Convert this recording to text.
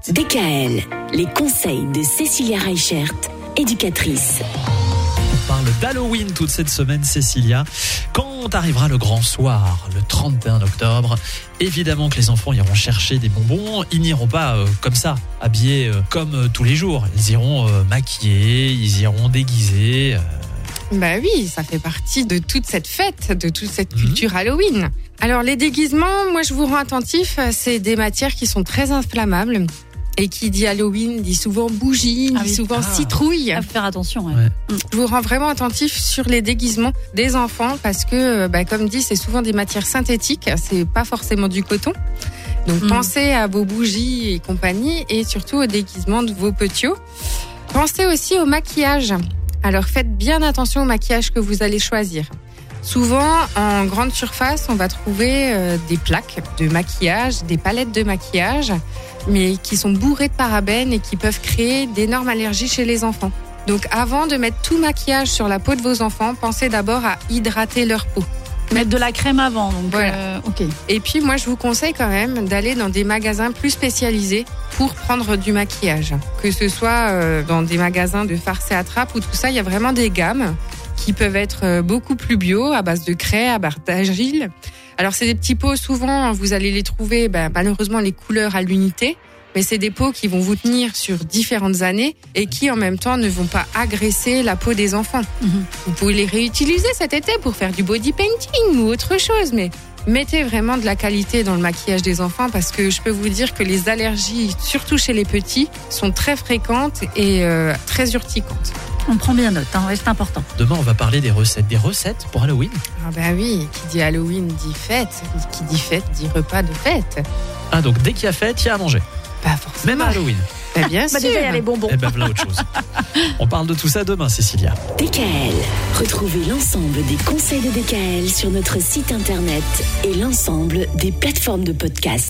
DKL, les conseils de Cécilia Reichert, éducatrice. On parle d'Halloween toute cette semaine, Cécilia. Quand arrivera le grand soir, le 31 octobre, évidemment que les enfants iront chercher des bonbons. Ils n'iront pas comme ça, habillés comme tous les jours. Ils iront maquillés, ils iront déguisés. Bah oui, ça fait partie de toute cette fête, de toute cette culture Halloween. Alors les déguisements, moi je vous rends attentif, c'est des matières qui sont très inflammables. Et qui dit Halloween, dit souvent bougie, dit souvent citrouille. À faire attention. Ouais. Je vous rends vraiment attentif sur les déguisements des enfants parce que, comme dit, c'est souvent des matières synthétiques, c'est pas forcément du coton. Donc pensez à vos bougies et compagnie et surtout au déguisement de vos petits. Pensez aussi au maquillage. Alors faites bien attention au maquillage que vous allez choisir. Souvent, en grande surface, on va trouver des plaques de maquillage, des palettes de maquillage, mais qui sont bourrées de parabènes et qui peuvent créer d'énormes allergies chez les enfants. Donc avant de mettre tout maquillage sur la peau de vos enfants, pensez d'abord à hydrater leur peau. Mettre de la crème avant. Donc voilà. Ok. Et puis moi, je vous conseille quand même d'aller dans des magasins plus spécialisés pour prendre du maquillage. Que ce soit dans des magasins de farce et attrape ou tout ça, il y a vraiment des gammes qui peuvent être beaucoup plus bio, à base de craie, à base d'argile. Alors, c'est des petits pots, souvent, vous allez les trouver, malheureusement, les couleurs à l'unité. Mais c'est des pots qui vont vous tenir sur différentes années et qui, en même temps, ne vont pas agresser la peau des enfants. Vous pouvez les réutiliser cet été pour faire du body painting ou autre chose, mais mettez vraiment de la qualité dans le maquillage des enfants parce que je peux vous dire que les allergies, surtout chez les petits, sont très fréquentes et très urticantes. On prend bien note, c'est important. Demain, on va parler des recettes. Des recettes pour Halloween ? Ah oui, qui dit Halloween dit fête. Qui dit fête dit repas de fête. Ah, donc dès qu'il y a fête, il y a à manger. Pas forcément. Même à Halloween. Bien sûr. Déjà, il y a les bonbons. Et voilà autre chose. On parle de tout ça demain, Cécilia. DKL. Retrouvez l'ensemble des conseils de DKL sur notre site internet et l'ensemble des plateformes de podcast.